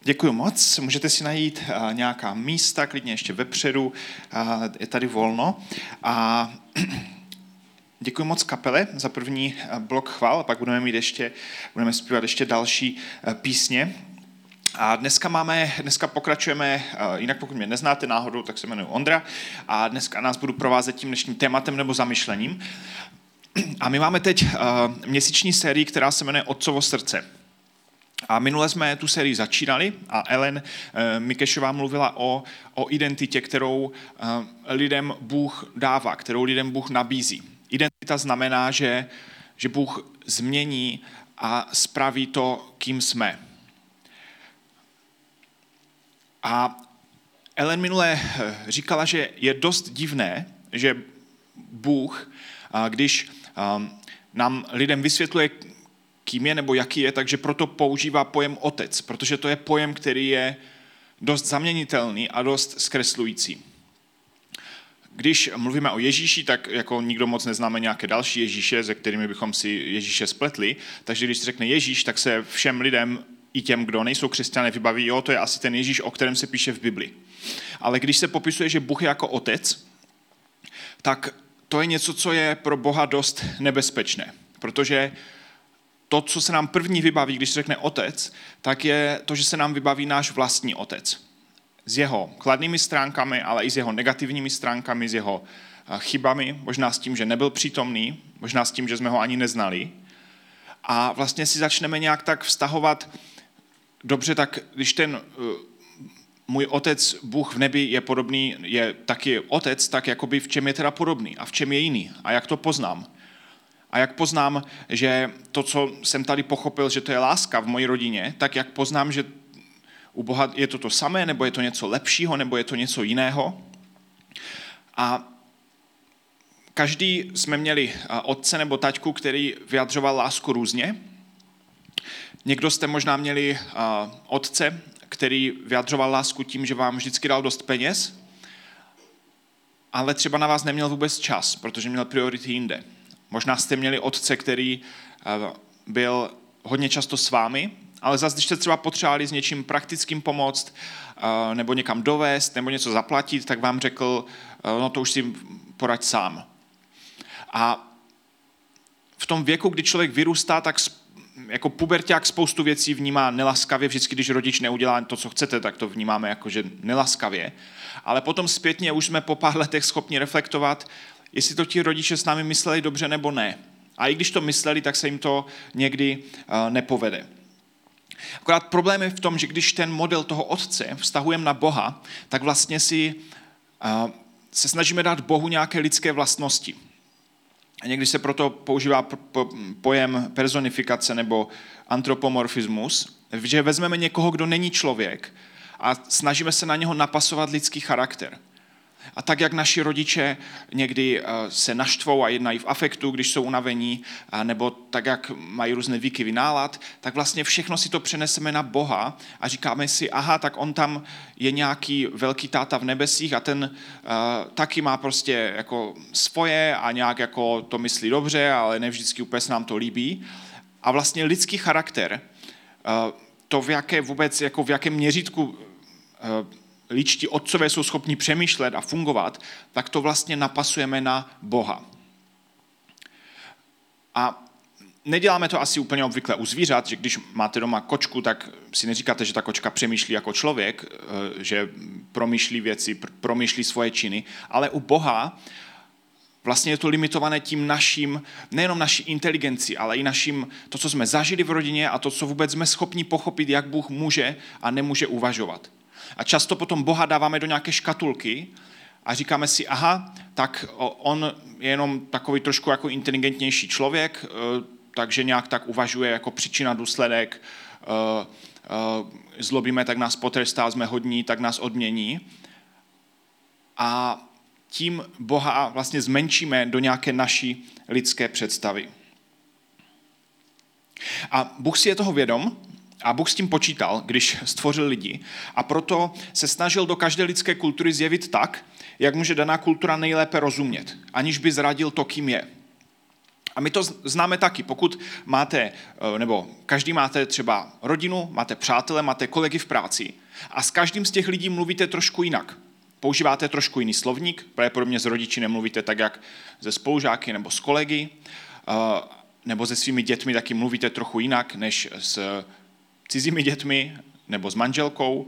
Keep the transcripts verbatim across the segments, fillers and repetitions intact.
Děkuji moc. Můžete si najít uh, nějaká místa, klidně ještě vepředu, uh, je tady volno. A děkuji moc kapele za první blok chval, a pak budeme mít ještě, budeme zpívat ještě další uh, písně. A dneska máme, dneska pokračujeme, uh, jinak pokud mě neznáte náhodou, tak se jmenuji Ondra a dneska nás budu provázet tím dnešním tématem nebo zamyšlením. A my máme teď uh, měsíční sérii, která se jmenuje Otcovo srdce. A minule jsme tu sérii začínali a Ellen e, Mikešová mluvila o, o identitě, kterou e, lidem Bůh dává, kterou lidem Bůh nabízí. Identita znamená, že, že Bůh změní a spraví to, kým jsme. A Ellen minule říkala, že je dost divné, že Bůh, když nám lidem vysvětluje, kým je nebo jaký je, takže proto používá pojem otec, protože to je pojem, který je dost zaměnitelný a dost zkreslující. Když mluvíme o Ježíši, tak jako nikdo moc neznáme nějaké další Ježíše, se kterými bychom si Ježíše spletli, takže když se řekne Ježíš, tak se všem lidem, i těm, kdo nejsou křesťané, vybaví, jo, to je asi ten Ježíš, o kterém se píše v Bibli. Ale když se popisuje, že Bůh je jako otec, tak to je něco, co je pro Boha dost nebezpečné, protože to, co se nám první vybaví, když se řekne otec, tak je to, že se nám vybaví náš vlastní otec. S jeho kladnými stránkami, ale i s jeho negativními stránkami, s jeho chybami, možná s tím, že nebyl přítomný, možná s tím, že jsme ho ani neznali. A vlastně si začneme nějak tak vztahovat, dobře, tak když ten můj otec, Bůh v nebi je podobný, je taky otec, tak jakoby v čem je teda podobný a v čem je jiný a jak to poznám. A jak poznám, že to, co jsem tady pochopil, že to je láska v mojí rodině, tak jak poznám, že u Boha je to to samé, nebo je to něco lepšího, nebo je to něco jiného. A každý jsme měli otce nebo taťku, který vyjadřoval lásku různě. Někdo jste možná měli otce, který vyjadřoval lásku tím, že vám vždycky dal dost peněz, ale třeba na vás neměl vůbec čas, protože měl priority jinde. Možná jste měli otce, který byl hodně často s vámi, ale zase, když jste třeba potřebovali s něčím praktickým pomoct, nebo někam dovést, nebo něco zaplatit, tak vám řekl, no to už si poraď sám. A v tom věku, kdy člověk vyrůstá, tak jako puberťák spoustu věcí vnímá nelaskavě. Vždycky, když rodič neudělá to, co chcete, tak to vnímáme jako, že nelaskavě. Ale potom zpětně už jsme po pár letech schopni reflektovat, jestli to ti rodiče s námi mysleli dobře nebo ne. A i když to mysleli, tak se jim to někdy uh, nepovede. Akorát problém je v tom, že když ten model toho otce vztahujeme na Boha, tak vlastně si uh, se snažíme dát Bohu nějaké lidské vlastnosti. A někdy se proto používá pojem personifikace nebo antropomorfismus, že vezmeme někoho, kdo není člověk a snažíme se na něho napasovat lidský charakter. A tak, jak naši rodiče někdy se naštvou a jednají v afektu, když jsou unavení, nebo tak, jak mají různé výkyvy nálad, tak vlastně všechno si to přeneseme na Boha a říkáme si, aha, tak on tam je nějaký velký táta v nebesích a ten uh, taky má prostě jako svoje a nějak jako to myslí dobře, ale ne vždycky úplně se nám to líbí. A vlastně lidský charakter, uh, to v jaké vůbec, jako v jakém měřítku uh, ličtí otcové jsou schopni přemýšlet a fungovat, tak to vlastně napasujeme na Boha. A neděláme to asi úplně obvykle u zvířat, že když máte doma kočku, tak si neříkáte, že ta kočka přemýšlí jako člověk, že promýšlí věci, promýšlí svoje činy, ale u Boha vlastně je to limitované tím naším, nejenom naší inteligenci, ale i naším, to, co jsme zažili v rodině a to, co vůbec jsme schopni pochopit, jak Bůh může a nemůže uvažovat. A často potom Boha dáváme do nějaké škatulky a říkáme si, aha, tak on je jenom takový trošku jako inteligentnější člověk, takže nějak tak uvažuje jako příčina, důsledek, zlobíme, tak nás potrestá, jsme hodní, tak nás odmění. A tím Boha vlastně zmenšíme do nějaké naší lidské představy. A Bůh si je toho vědom, a Bůh s tím počítal, když stvořil lidi, a proto se snažil do každé lidské kultury zjevit tak, jak může daná kultura nejlépe rozumět, aniž by zradil to, kým je. A my to známe taky, pokud máte, nebo každý máte třeba rodinu, máte přátele, máte kolegy v práci a s každým z těch lidí mluvíte trošku jinak. Používáte trošku jiný slovník, pravděpodobně s rodiči nemluvíte tak, jak ze spolužáky nebo s kolegy, nebo se svými dětmi taky mluvíte trochu jinak, než s cizími dětmi nebo s manželkou,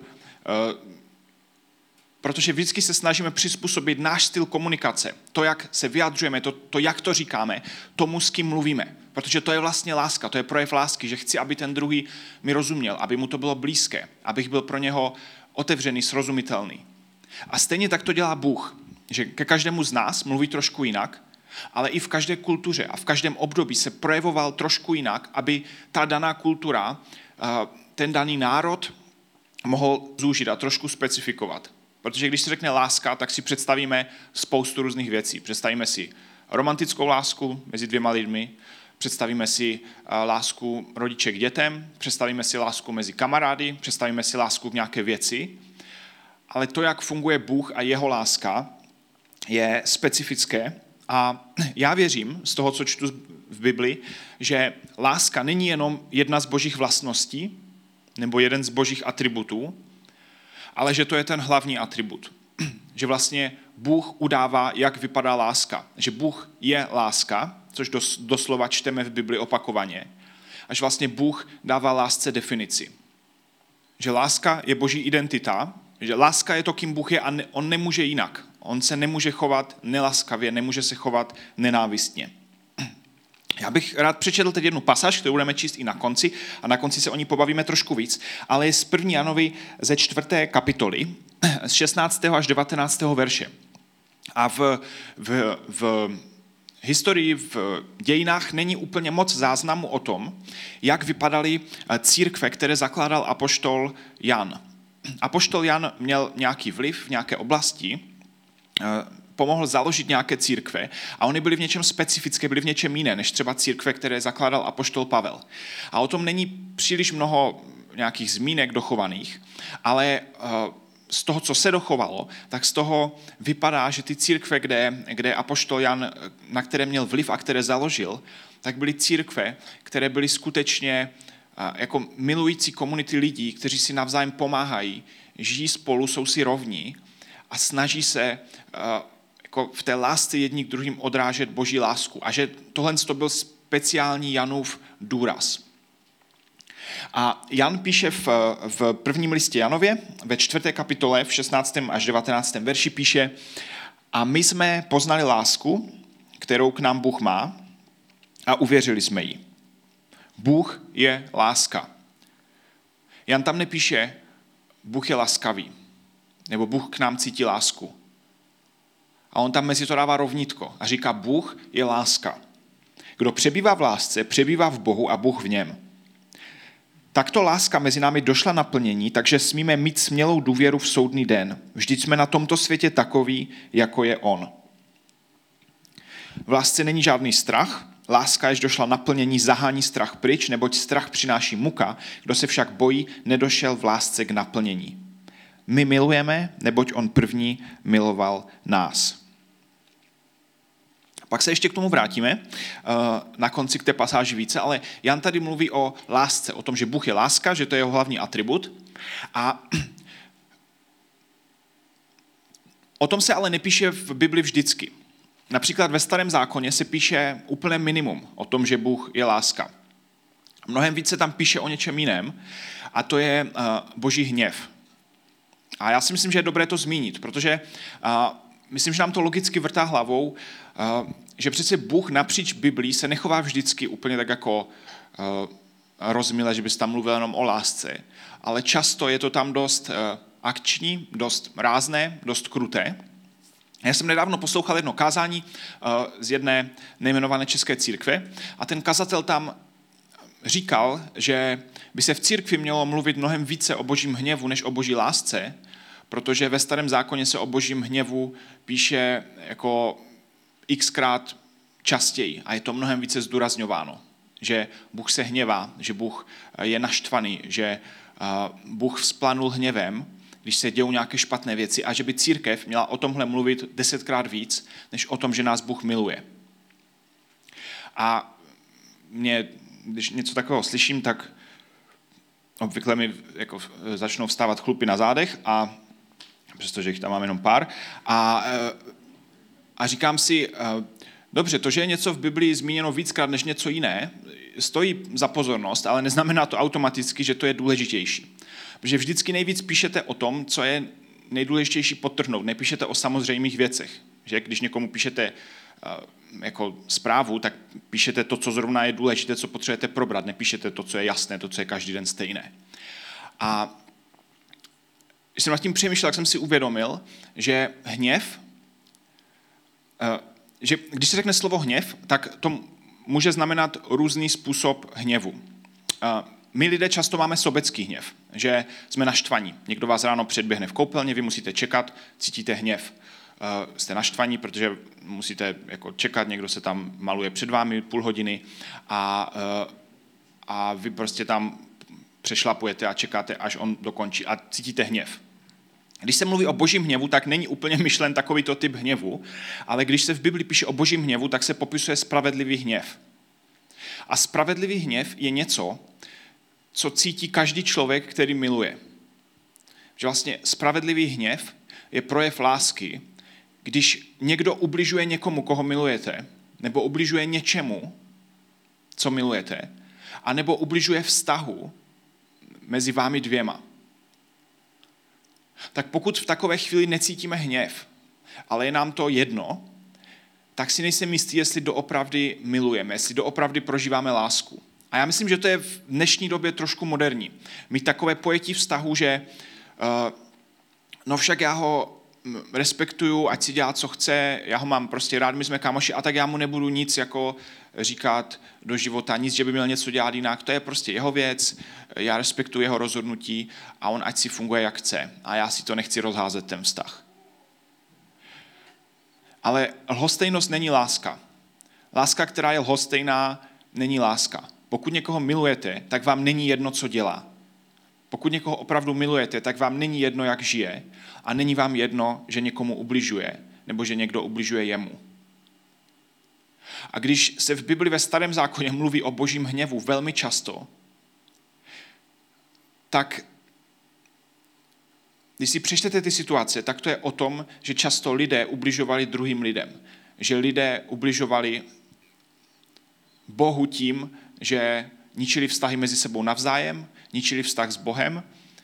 protože vždycky se snažíme přizpůsobit náš styl komunikace, to, jak se vyjadřujeme, to, to, jak to říkáme, tomu, s kým mluvíme. Protože to je vlastně láska, to je projev lásky, že chci, aby ten druhý mi rozuměl, aby mu to bylo blízké, abych byl pro něho otevřený, srozumitelný. A stejně tak to dělá Bůh, že ke každému z nás mluví trošku jinak, ale i v každé kultuře a v každém období se projevoval trošku jinak, aby ta daná kultura, ten daný národ mohl zúžit a trošku specifikovat. Protože když se řekne láska, tak si představíme spoustu různých věcí. Představíme si romantickou lásku mezi dvěma lidmi, představíme si lásku rodiče k dětem, představíme si lásku mezi kamarády, představíme si lásku k nějaké věci, ale to, jak funguje Bůh a jeho láska, je specifické a já věřím z toho, co čtu v Bibli, že láska není jenom jedna z božích vlastností nebo jeden z božích atributů, ale že to je ten hlavní atribut. Že vlastně Bůh udává, jak vypadá láska. Že Bůh je láska, což doslova čteme v Bibli opakovaně. Až vlastně Bůh dává lásce definici. Že láska je boží identita, že láska je to, kým Bůh je a ne, on nemůže jinak. On se nemůže chovat nelaskavě, nemůže se chovat nenávistně. Já bych rád přečetl teď jednu pasáž, kterou budeme číst i na konci a na konci se o ní pobavíme trošku víc, ale je z první Janovi ze čtvrté kapitoly, z šestnáctého až devatenáctého verše. A v, v, v historii, v dějinách není úplně moc záznamu o tom, jak vypadaly církve, které zakládal apoštol Jan. Apoštol Jan měl nějaký vliv v nějaké oblasti, pomohl založit nějaké církve a oni byli v něčem specifické, byli v něčem jiné, než třeba církve, které zakládal apoštol Pavel. A o tom není příliš mnoho nějakých zmínek dochovaných, ale z toho, co se dochovalo, tak z toho vypadá, že ty církve, kde, kde apoštol Jan, na které měl vliv a které založil, tak byly církve, které byly skutečně jako milující komunity lidí, kteří si navzájem pomáhají, žijí spolu, jsou si rovní a snaží se jako v té lásce jedni k druhým odrážet boží lásku. A že tohle to byl speciální Janův důraz. A Jan píše v, v prvním listě Janově, ve čtvrté kapitole, v šestnáctém až devatenáctém verši píše: a my jsme poznali lásku, kterou k nám Bůh má, a uvěřili jsme jí. Bůh je láska. Jan tam nepíše, Bůh je laskavý, nebo Bůh k nám cítí lásku. A on tam mezi to dává rovnítko a říká, Bůh je láska. Kdo přebývá v lásce, přebývá v Bohu a Bůh v něm. Takto láska mezi námi došla na plnění, takže smíme mít smělou důvěru v soudný den. Vždyť jsme na tomto světě takový, jako je on. V lásce není žádný strach, láska, jež došla na plnění, zahání strach pryč, neboť strach přináší muka, kdo se však bojí, nedošel v lásce k naplnění. My milujeme, neboť on první miloval nás. Pak se ještě k tomu vrátíme na konci k té pasáži více, ale Jan tady mluví o lásce, o tom, že Bůh je láska, že to je jeho hlavní atribut. A o tom se ale nepíše v Bibli vždycky. Například ve Starém zákoně se píše úplné minimum o tom, že Bůh je láska. Mnohem více tam píše o něčem jiném a to je boží hněv. A já si myslím, že je dobré to zmínit, protože myslím, že nám to logicky vrtá hlavou, že přece Bůh napříč Biblí se nechová vždycky úplně tak jako rozmile, že bys tam mluvil jenom o lásce, ale často je to tam dost akční, dost rázné, dost kruté. Já jsem nedávno poslouchal jedno kázání z jedné nejmenované české církve a ten kazatel tam říkal, že by se v církvi mělo mluvit mnohem více o božím hněvu, než o boží lásce, protože ve Starém zákoně se o božím hněvu píše jako xkrát častěji a je to mnohem více zdůrazňováno, že Bůh se hněvá, že Bůh je naštvaný, že Bůh vzplanul hněvem, když se dějou nějaké špatné věci a že by církev měla o tomhle mluvit desetkrát víc, než o tom, že nás Bůh miluje. A mě, když něco takového slyším, tak obvykle mi jako začnou vstávat chlupy na zádech, a přestože jich tam mám jenom pár. A, a říkám si, dobře, to, že je něco v Biblii zmíněno víckrát než něco jiné, stojí za pozornost, ale neznamená to automaticky, že to je důležitější. Protože vždycky nejvíc píšete o tom, co je nejdůležitější podtrhnout. Nepíšete o samozřejmých věcech. Že? Když někomu píšete jako zprávu, tak píšete to, co zrovna je důležité, co potřebujete probrat. Nepíšete to, co je jasné, to, co je každý den stejné. A když jsem nad tím přemýšlel, tak jsem si uvědomil, že hněv, že když se řekne slovo hněv, tak to může znamenat různý způsob hněvu. My lidé často máme sobecký hněv, že jsme naštvaní. Někdo vás ráno předběhne v koupelně, vy musíte čekat, cítíte hněv. Jste naštvaní, protože musíte jako čekat, někdo se tam maluje před vámi půl hodiny a, a vy prostě tam přešlapujete a čekáte, až on dokončí a cítíte hněv. Když se mluví o božím hněvu, tak není úplně myšlen takovýto typ hněvu, ale když se v Bibli píše o božím hněvu, tak se popisuje spravedlivý hněv. A spravedlivý hněv je něco, co cítí každý člověk, který miluje. Že vlastně spravedlivý hněv je projev lásky, když někdo ubližuje někomu, koho milujete, nebo ubližuje něčemu, co milujete, anebo ubližuje vztahu mezi vámi dvěma. Tak pokud v takové chvíli necítíme hněv, ale je nám to jedno, tak si nejsem jistý, jestli doopravdy milujeme, jestli doopravdy prožíváme lásku. A já myslím, že to je v dnešní době trošku moderní. Mít takové pojetí vztahu, že uh, no však já ho respektuju, ať si dělá, co chce, já ho mám prostě rád, my jsme kámoši, a tak já mu nebudu nic jako říkat do života, nic, že by měl něco dělat jinak, to je prostě jeho věc, já respektuji jeho rozhodnutí a on ať si funguje, jak chce. A já si to nechci rozházet, ten vztah. Ale lhostejnost není láska. Láska, která je lhostejná, není láska. Pokud někoho milujete, tak vám není jedno, co dělá. Pokud někoho opravdu milujete, tak vám není jedno, jak žije, a není vám jedno, že někomu ubližuje, nebo že někdo ubližuje jemu. A když se v Bibli ve Starém zákoně mluví o božím hněvu velmi často, tak když si přečtete ty situace, tak to je o tom, že často lidé ubližovali druhým lidem. Že lidé ubližovali Bohu tím, že ničili vztahy mezi sebou navzájem, ničili vztah s Bohem.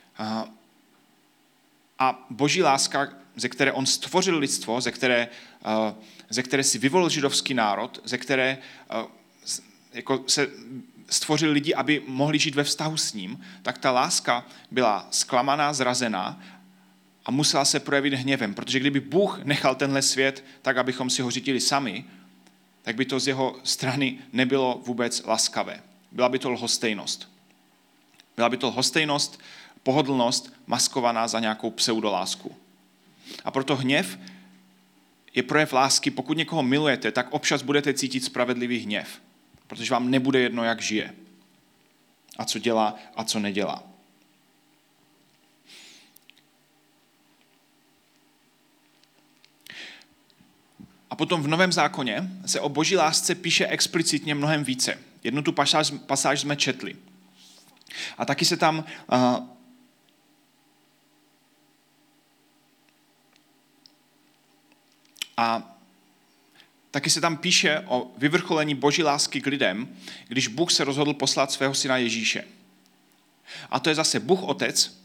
A boží láska, ze které on stvořil lidstvo, ze které, ze které si vyvolil židovský národ, ze které jako se stvořil lidi, aby mohli žít ve vztahu s ním, tak ta láska byla zklamaná, zrazená a musela se projevit hněvem, protože kdyby Bůh nechal tenhle svět tak, abychom si ho řídili sami, tak by to z jeho strany nebylo vůbec laskavé. Byla by to lhostejnost. Byla by to lhostejnost, pohodlnost, maskovaná za nějakou pseudolásku. A proto hněv je projev lásky. Pokud někoho milujete, tak občas budete cítit spravedlivý hněv, protože vám nebude jedno, jak žije a co dělá a co nedělá. A potom v Novém zákoně se o boží lásce píše explicitně mnohem více. Jednu tu pasáž, pasáž jsme četli. A taky se tam uh, a taky se tam píše o vyvrcholení boží lásky k lidem, když Bůh se rozhodl poslat svého syna Ježíše. A to je zase Bůh Otec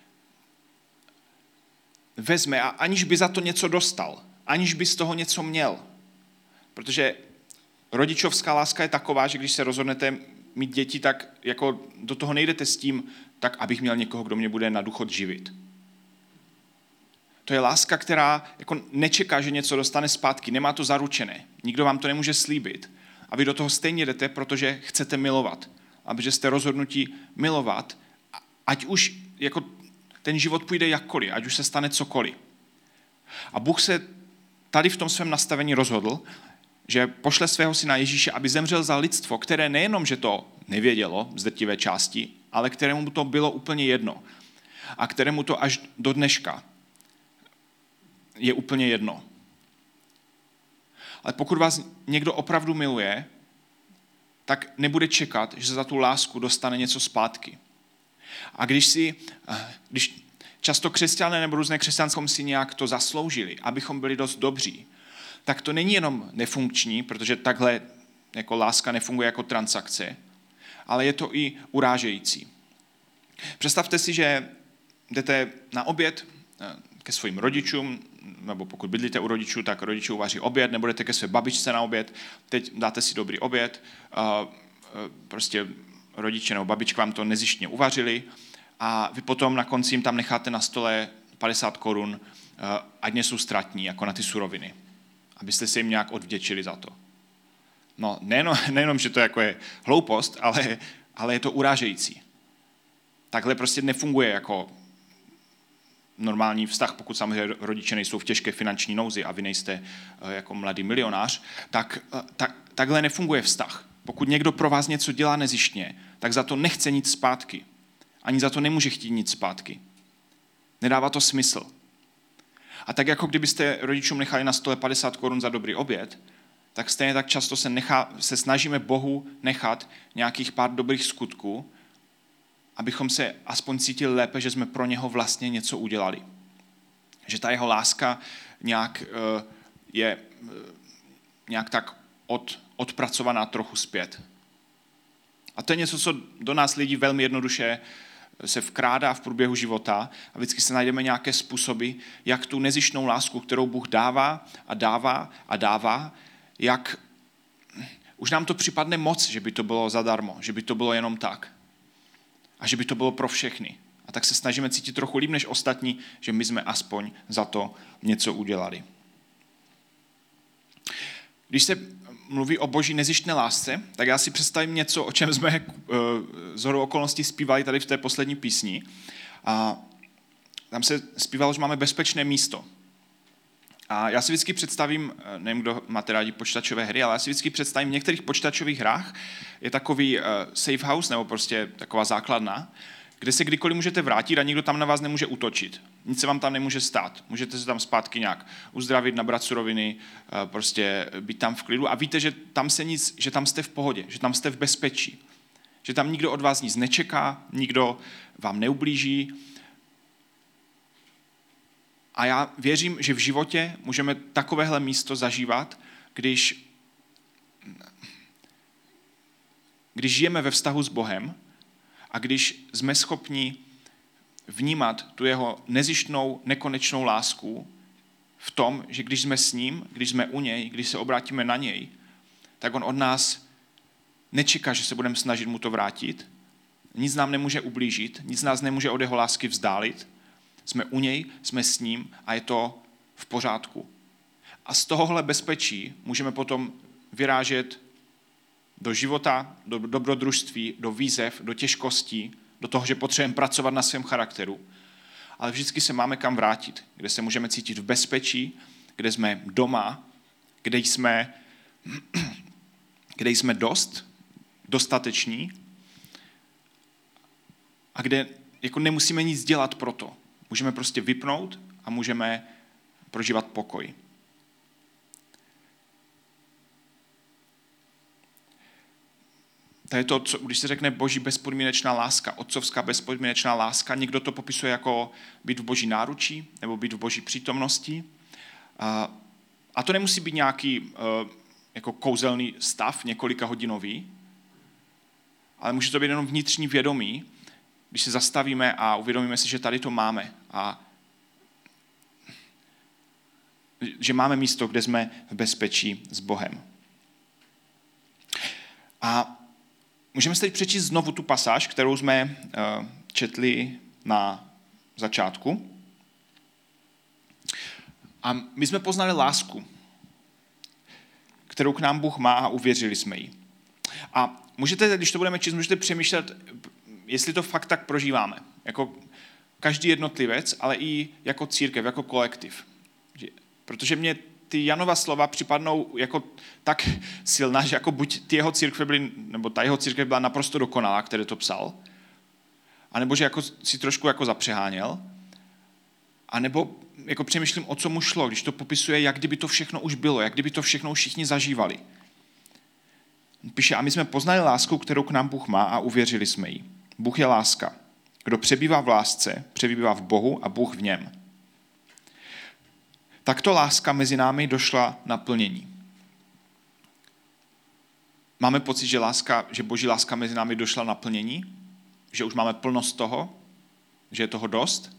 vezme, a aniž by za to něco dostal, aniž by z toho něco měl. Protože rodičovská láska je taková, že když se rozhodnete mít děti, tak jako do toho nejdete s tím, tak abych měl někoho, kdo mě bude na důchod živit. To je láska, která jako nečeká, že něco dostane zpátky, nemá to zaručené. Nikdo vám to nemůže slíbit. A vy do toho stejně jdete, protože chcete milovat. A protože jste rozhodnutí milovat, ať už jako ten život půjde jakkoliv, ať už se stane cokoliv. A Bůh se tady v tom svém nastavení rozhodl, že pošle svého syna Ježíše, aby zemřel za lidstvo, které nejenom, že to nevědělo z drtivé části, ale kterému to bylo úplně jedno. A kterému to až do dneška je úplně jedno. Ale pokud vás někdo opravdu miluje, tak nebude čekat, že za tu lásku dostane něco zpátky. A když si, když často křesťané nebo různé křesťanské si nějak to zasloužili, abychom byli dost dobří, tak to není jenom nefunkční, protože takhle jako láska nefunguje jako transakce, ale je to i urážející. Představte si, že jdete na oběd ke svým rodičům, nebo pokud bydlíte u rodičů, tak rodiče uvaří oběd, nebo jdete ke své babičce na oběd, teď dáte si dobrý oběd, prostě rodiče nebo babička vám to nezištně uvařili a vy potom na konci jim tam necháte na stole padesát korun, ať nejsou ztratní, jako na ty suroviny, abyste se jim nějak odvděčili za to. No, nejenom, nejenom že to jako je hloupost, ale, ale je to urážející. Takhle prostě nefunguje jako normální vztah, pokud samozřejmě rodiče nejsou v těžké finanční nouzi a vy nejste jako mladý milionář, tak, tak takhle nefunguje vztah. Pokud někdo pro vás něco dělá nezištně, tak za to nechce nic zpátky. Ani za to nemůže chtít nic zpátky. Nedává to smysl. A tak jako kdybyste rodičům nechali na stole padesát korun za dobrý oběd, tak stejně tak často se, nechá, se snažíme Bohu nechat nějakých pár dobrých skutků, abychom se aspoň cítili lépe, že jsme pro něho vlastně něco udělali. Že ta jeho láska nějak je nějak tak od, odpracovaná trochu zpět. A to je něco, co do nás lidí velmi jednoduše se vkrádá v průběhu života a vždycky se najdeme nějaké způsoby, jak tu nezištnou lásku, kterou Bůh dává a dává a dává, jak už nám to připadne moc, že by to bylo zadarmo, že by to bylo jenom tak. A že by to bylo pro všechny. A tak se snažíme cítit trochu líp než ostatní, že my jsme aspoň za to něco udělali. Když se mluví o boží nezištné lásce, tak já si představím něco, o čem jsme shodou okolností zpívali tady v té poslední písni. A tam se zpívalo, že máme bezpečné místo. A já si vždycky představím, nevím, kdo máte rádi počítačové hry, ale já si vždycky představím, v některých počítačových hrách je takový safe house, nebo prostě taková základna, kde se kdykoliv můžete vrátit a nikdo tam na vás nemůže útočit. Nic se vám tam nemůže stát. Můžete se tam zpátky nějak uzdravit, nabrat suroviny, prostě být tam v klidu a víte, že tam se nic, že tam jste v pohodě, že tam jste v bezpečí. Že tam nikdo od vás nic nečeká, nikdo vám neublíží. A já věřím, že v životě můžeme takovéhle místo zažívat, když, když žijeme ve vztahu s Bohem a když jsme schopni vnímat tu jeho nezištnou, nekonečnou lásku v tom, že když jsme s ním, když jsme u něj, když se obrátíme na něj, tak on od nás nečeká, že se budeme snažit mu to vrátit, nic nám nemůže ublížit, nic nás nemůže od jeho lásky vzdálit, jsme u něj, jsme s ním a je to v pořádku. A z tohohle bezpečí můžeme potom vyrážet do života, do dobrodružství, do výzev, do těžkostí, do toho, že potřebujeme pracovat na svém charakteru. Ale vždycky se máme kam vrátit, kde se můžeme cítit v bezpečí, kde jsme doma, kde jsme, kde jsme dost, dostateční a kde jako nemusíme nic dělat pro to. Můžeme prostě vypnout a můžeme prožívat pokoj. To je to, co, když se řekne boží bezpodmínečná láska, otcovská bezpodmínečná láska, někdo to popisuje jako být v boží náručí nebo být v boží přítomnosti. A, a to nemusí být nějaký jako kouzelný stav, několika hodinový, ale může to být jenom vnitřní vědomí, když se zastavíme a uvědomíme si, že tady to máme a že máme místo, kde jsme v bezpečí s Bohem. A můžeme si teď přečíst znovu tu pasáž, kterou jsme četli na začátku. A my jsme poznali lásku, kterou k nám Bůh má a uvěřili jsme jí. A můžete, když to budeme číst, můžete přemýšlet, jestli to fakt tak prožíváme. Jako každý jednotlivec, ale i jako církev, jako kolektiv. Protože mě ty Janova slova připadnou jako tak silná, že jako buď ty jeho církve byly, nebo ta jeho církev byla naprosto dokonalá, který to psal, anebo že jako si trošku jako zapřeháněl, anebo jako přemýšlím, o co mu šlo, když to popisuje, jak kdyby to všechno už bylo, jak kdyby to všechno už všichni zažívali. Píše, a my jsme poznali lásku, kterou k nám Bůh má a uvěřili jsme jí. Bůh je láska. Kdo přebývá v lásce, přebývá v Bohu a Bůh v něm. Takto láska mezi námi došla na plnění. Máme pocit, že, láska, že Boží láska mezi námi došla na plnění? Že už máme plnost toho? Že je toho dost?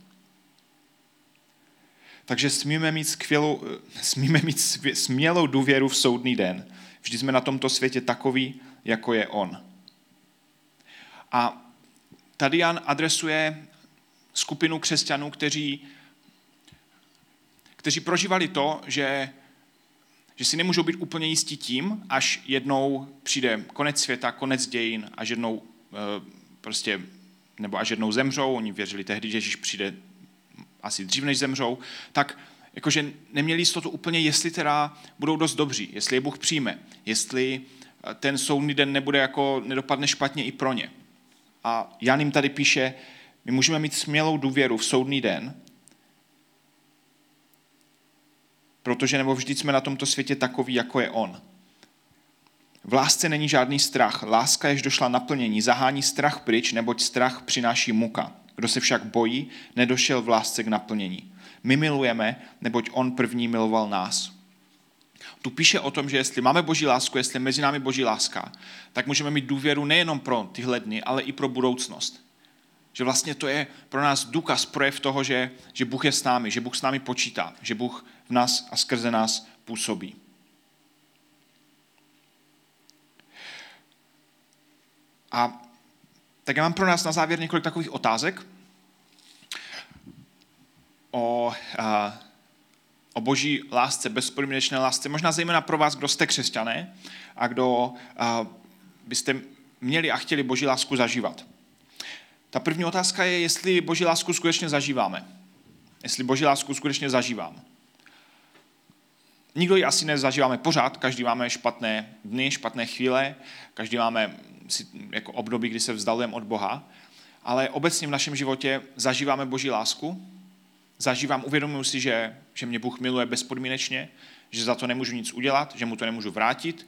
Takže smíme mít, skvělou, smíme mít smělou důvěru v soudný den. Vždy jsme na tomto světě takový, jako je on. A tady Jan adresuje skupinu křesťanů, kteří, kteří prožívali to, že, že si nemůžou být úplně jistí tím, až jednou přijde konec světa, konec dějin, až jednou prostě, nebo až jednou zemřou, oni věřili tehdy, že Ježíš přijde asi dřív, než zemřou, tak jakože neměli jistotu úplně, jestli teda budou dost dobří, jestli je Bůh přijme, jestli ten soudný den nebude jako, nedopadne špatně i pro ně. A Jan jim tady píše, my můžeme mít smělou důvěru v soudný den, protože nebo vždyť jsme na tomto světě takový, jako je on. V lásce není žádný strach. Láska, jež došla naplnění, zahání strach pryč, neboť strach přináší muka. Kdo se však bojí, nedošel v lásce k naplnění. My milujeme, neboť on první miloval nás. Tu píše o tom, že jestli máme Boží lásku, jestli je mezi námi Boží láska, tak můžeme mít důvěru nejenom pro tyhle dny, ale i pro budoucnost. Že vlastně to je pro nás důkaz, projev toho, že, že Bůh je s námi, že Bůh s námi počítá, že Bůh v nás a skrze nás působí. A tak já mám pro nás na závěr několik takových otázek o, a, o Boží lásce, bezpodmínečné lásce, možná zejména pro vás, kdo jste křesťané a kdo a, byste měli a chtěli Boží lásku zažívat. Ta první otázka je, jestli Boží lásku skutečně zažíváme. Jestli Boží lásku skutečně zažíváme. Nikdo ji asi nezažíváme pořád, každý máme špatné dny, špatné chvíle, každý máme jako období, kdy se vzdalujeme od Boha, ale obecně v našem životě zažíváme Boží lásku, zažívám, uvědomuji si, že, že mě Bůh miluje bezpodmínečně, že za to nemůžu nic udělat, že mu to nemůžu vrátit,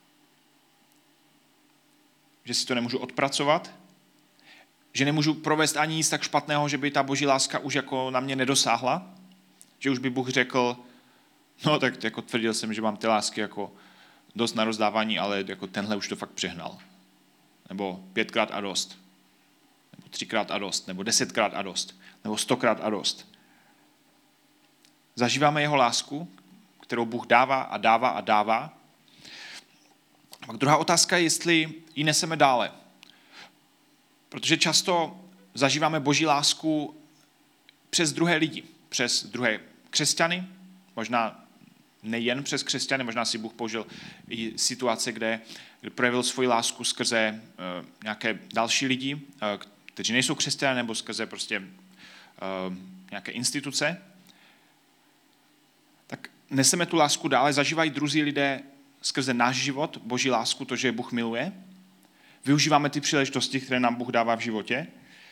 že si to nemůžu odpracovat, že nemůžu provést ani nic tak špatného, že by ta Boží láska už jako na mě nedosáhla, že už by Bůh řekl, no tak jako tvrdil jsem, že mám ty lásky jako dost na rozdávání, ale jako tenhle už to fakt přehnal. Nebo pětkrát a dost. Nebo třikrát a dost. Nebo desetkrát a dost. Nebo stokrát a dost. Zažíváme jeho lásku, kterou Bůh dává a dává a dává. A pak druhá otázka je, jestli ji neseme dále. Protože často zažíváme Boží lásku přes druhé lidi. Přes druhé křesťany, možná nejen přes křesťany, možná si Bůh použil i situace, kde, kde projevil svoji lásku skrze uh, nějaké další lidi, uh, kteří nejsou křesťané, nebo skrze prostě uh, nějaké instituce. Tak neseme tu lásku dále, zažívají druzí lidé skrze náš život, Boží lásku, to, že Bůh miluje. Využíváme ty příležitosti, které nám Bůh dává v životě.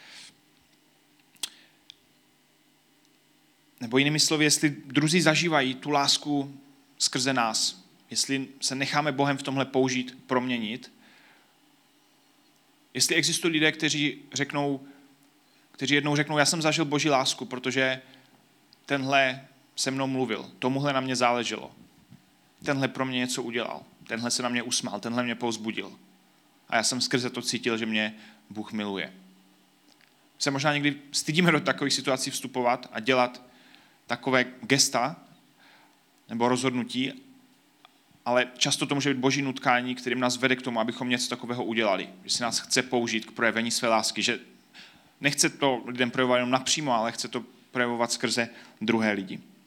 Nebo jinými slovy, jestli druzí zažívají tu lásku skrze nás, jestli se necháme Bohem v tomhle použít, proměnit, jestli existují lidé, kteří řeknou, kteří jednou řeknou, já jsem zažil Boží lásku, protože tenhle se mnou mluvil, tomuhle na mě záleželo, tenhle pro mě něco udělal, tenhle se na mě usmál, tenhle mě povzbudil. A já jsem skrze to cítil, že mě Bůh miluje. Se možná někdy stydíme do takových situací vstupovat a dělat takové gesta nebo rozhodnutí, ale často to může být Boží nutkání, kterým nás vede k tomu, abychom něco takového udělali. Že si nás chce použít k projevení své lásky, že nechce to lidem projevovat jenom napřímo, ale chce to projevovat skrze druhé lidi.